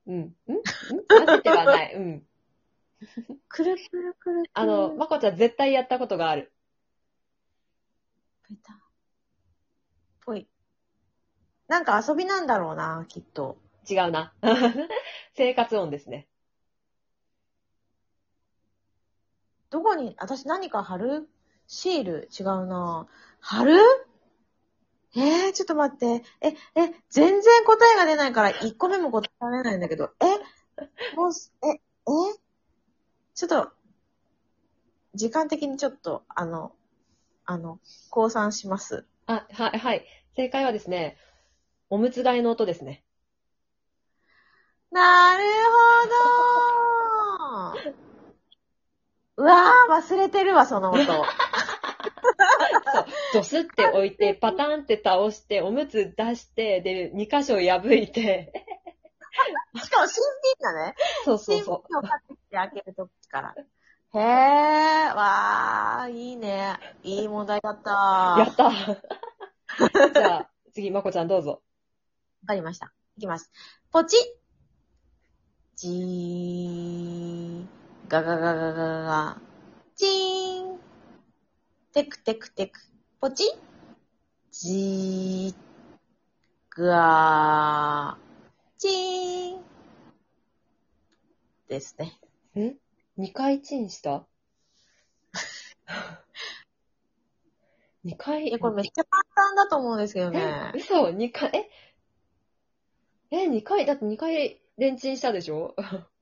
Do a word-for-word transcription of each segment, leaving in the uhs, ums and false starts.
うん。んん混ぜてはない。うん。 くるくるくるくる。 あの、まこちゃん絶対やったことがある。 ペタ。ぽい。なんか遊びなんだろうな、きっと。 違うな。生活音ですね。 どこに、私何か貼る？シール違うな。貼る？えー、ちょっと待って。え、え、全然答えが出ないからいっこめも答えられないんだけど。え、もうす、え、えちょっと、時間的にちょっと、あの、あの、降参します。 あ、はい、はい。正解はですね、おむつ替えの音ですね。 なるほど。うわー、忘れてるわ、その音。 そう。ドスって置いて、パターンって倒して、おむつ出して、で、に箇所破いて。 しかも新品だね。 そうそう新そ品を買ってきて開けるときから。へー、わー、いいね。いい問題だった。 う。やったー。じゃあ、次、まこちゃんどうぞ。 わかりました。いきます。ポチッ。じー。ガガガガガガガ。チーン。テクテクテク。ポチッ。じー。ガー。チーン。ですね。 ん ?に 回チンしたにかい、 え、これめっちゃ簡単だと思うんですけどえ、 ね。 嘘 ?に 回、え、え、にかい、だってにかいレンチンしたでしょ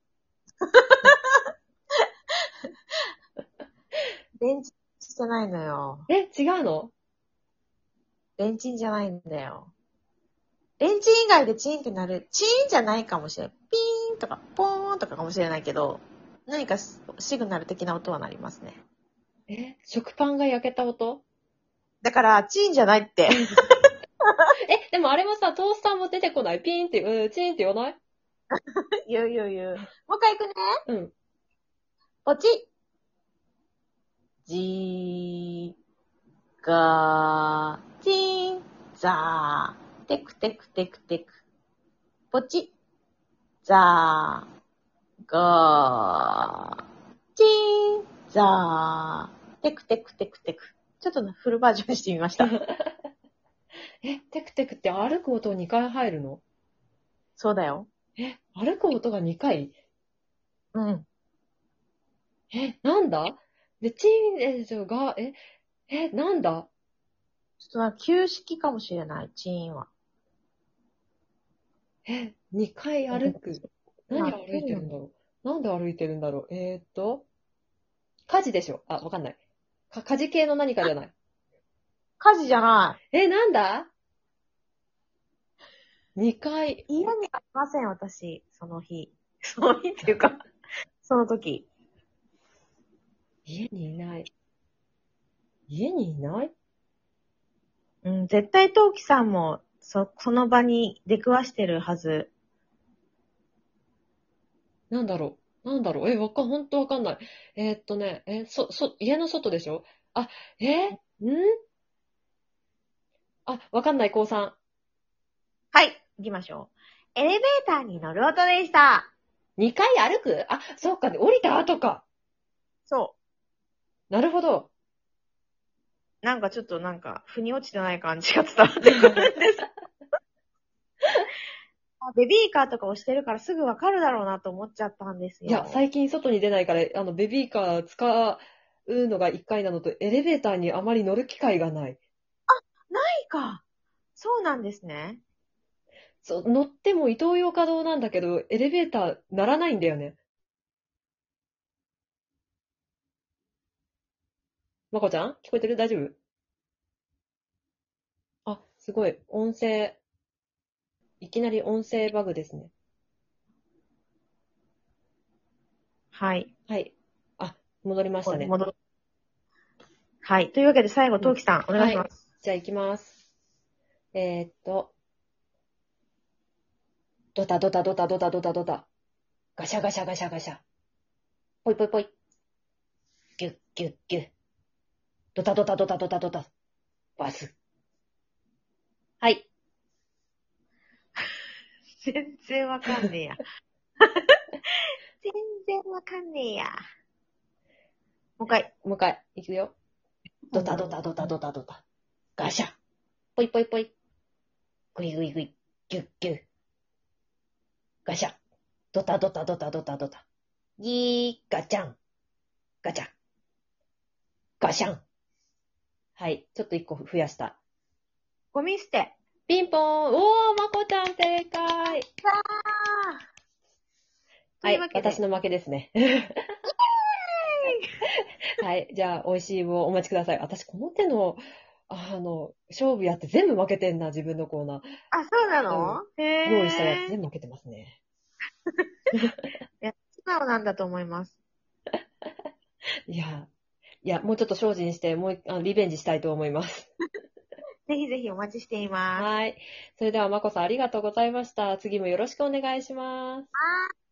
レンチンしてないのよ。 え、違うのレンチンじゃないんだよ。レンチン以外でチンってなる。チンじゃないかもしれない。ピーンとか、ポーンとかかもしれないけど、何かシグナル的な音はなりますね。 え、食パンが焼けた音だから、チンじゃないって。 え、でもあれもさ、トースターも出てこないピーンって、うん、チーンって言わない言う言う言う。もう一回行くね。 うん。 ポチッ。じー、ガー、チーン、ザー、テクテクテクテク。ポチッ、ザー、ガー、チーン、ザー、テクテクテクテク。ちょっとねフルバージョンしてみました。 え、テクテクって歩く音にかい入るのそうだよ。 え、歩く音がにかいうん。 え、なんだで、チーン、え、じゃが、え、え、なんだちょっとなんか旧式かもしれない、チーンは。 え、にかい歩く。何な歩いてるんだろうなんで歩いてるんだろうえーっと、火事でしょあ、わかんない。か、火事系の何かじゃない。 火事じゃなえ、なんだ ?に 回。 い。家にありません、私、その日。その日っていうか、その時。 家にいない。家にいないうん、絶対トウキさんも、そ、その場に出くわしてるはず。 なんだろうなんだろうえ、わかん、ほんとわかんない。えーっとね、え、そ、そ、家の外でしょあ、えんあ、わかんない、高さん。 はい、行きましょう。エレベーターに乗る音でした。 にかい歩くあ、そうか、降りた後か。 そなるほど。 う。なんかちょっとなんか、腑に落ちてない感じが伝わってくるんです。あベビーカーとか押してるからすぐわかるだろうなと思っちゃったんですいや、 よ。 最近外に出ないから、あの、ベビーカー使うのがいっかいなのと、エレベーターにあまり乗る機会がない。 ないか。そうなんですね。 そう、乗ってもイトーヨーカドーなんだけど、エレベーター鳴らないんだよね。まこちゃん聞こえてる大丈夫あ、すごい。音声、いきなり音声バグですね。 はい。 はい。あ、戻りましたね。 戻る。はい。というわけで最後、 うん、 トウキさん、お願いしはい。 ます。 じゃあ行きます。えーっと、ドタドタドタドタドタドタ。ガシャガシャガシャガシャ。ポイポイポイ。ギュッギュッギュッ。ドタドタドタドタドタ。バス。はい。 全然わかんねえや。 全然わかんねえや。もう一回。 もう一回、いくよ。ドタドタドタドタドタ。ガシャ。ポイポイポイ。グイグイグイ。ギュッギュッ。ガシャ。ドタドタドタドタドタ。ギー、ガチャン。ガチャ。ガシャン。はい。ちょっと一個増やした。 ゴミ捨て。 ピンポーン。おー、まこちゃん正解。 さあ。とはいいうわけで。 私の負けですね。はい。じゃあ、美味しい棒お待ちください。私、この手の、あの、勝負やって全部負けてんな、自分のコーナー。 あ、そうなの、へえ。 用意したやつ全部負けてますね。 いや、素直なんだと思います。 いや、いや、もうちょっと精進して、もう一あのリベンジしたいと思います。 ぜひぜひお待ちしています。 はい。それでは、まこさんありがとうございました。次もよろしくお願いします。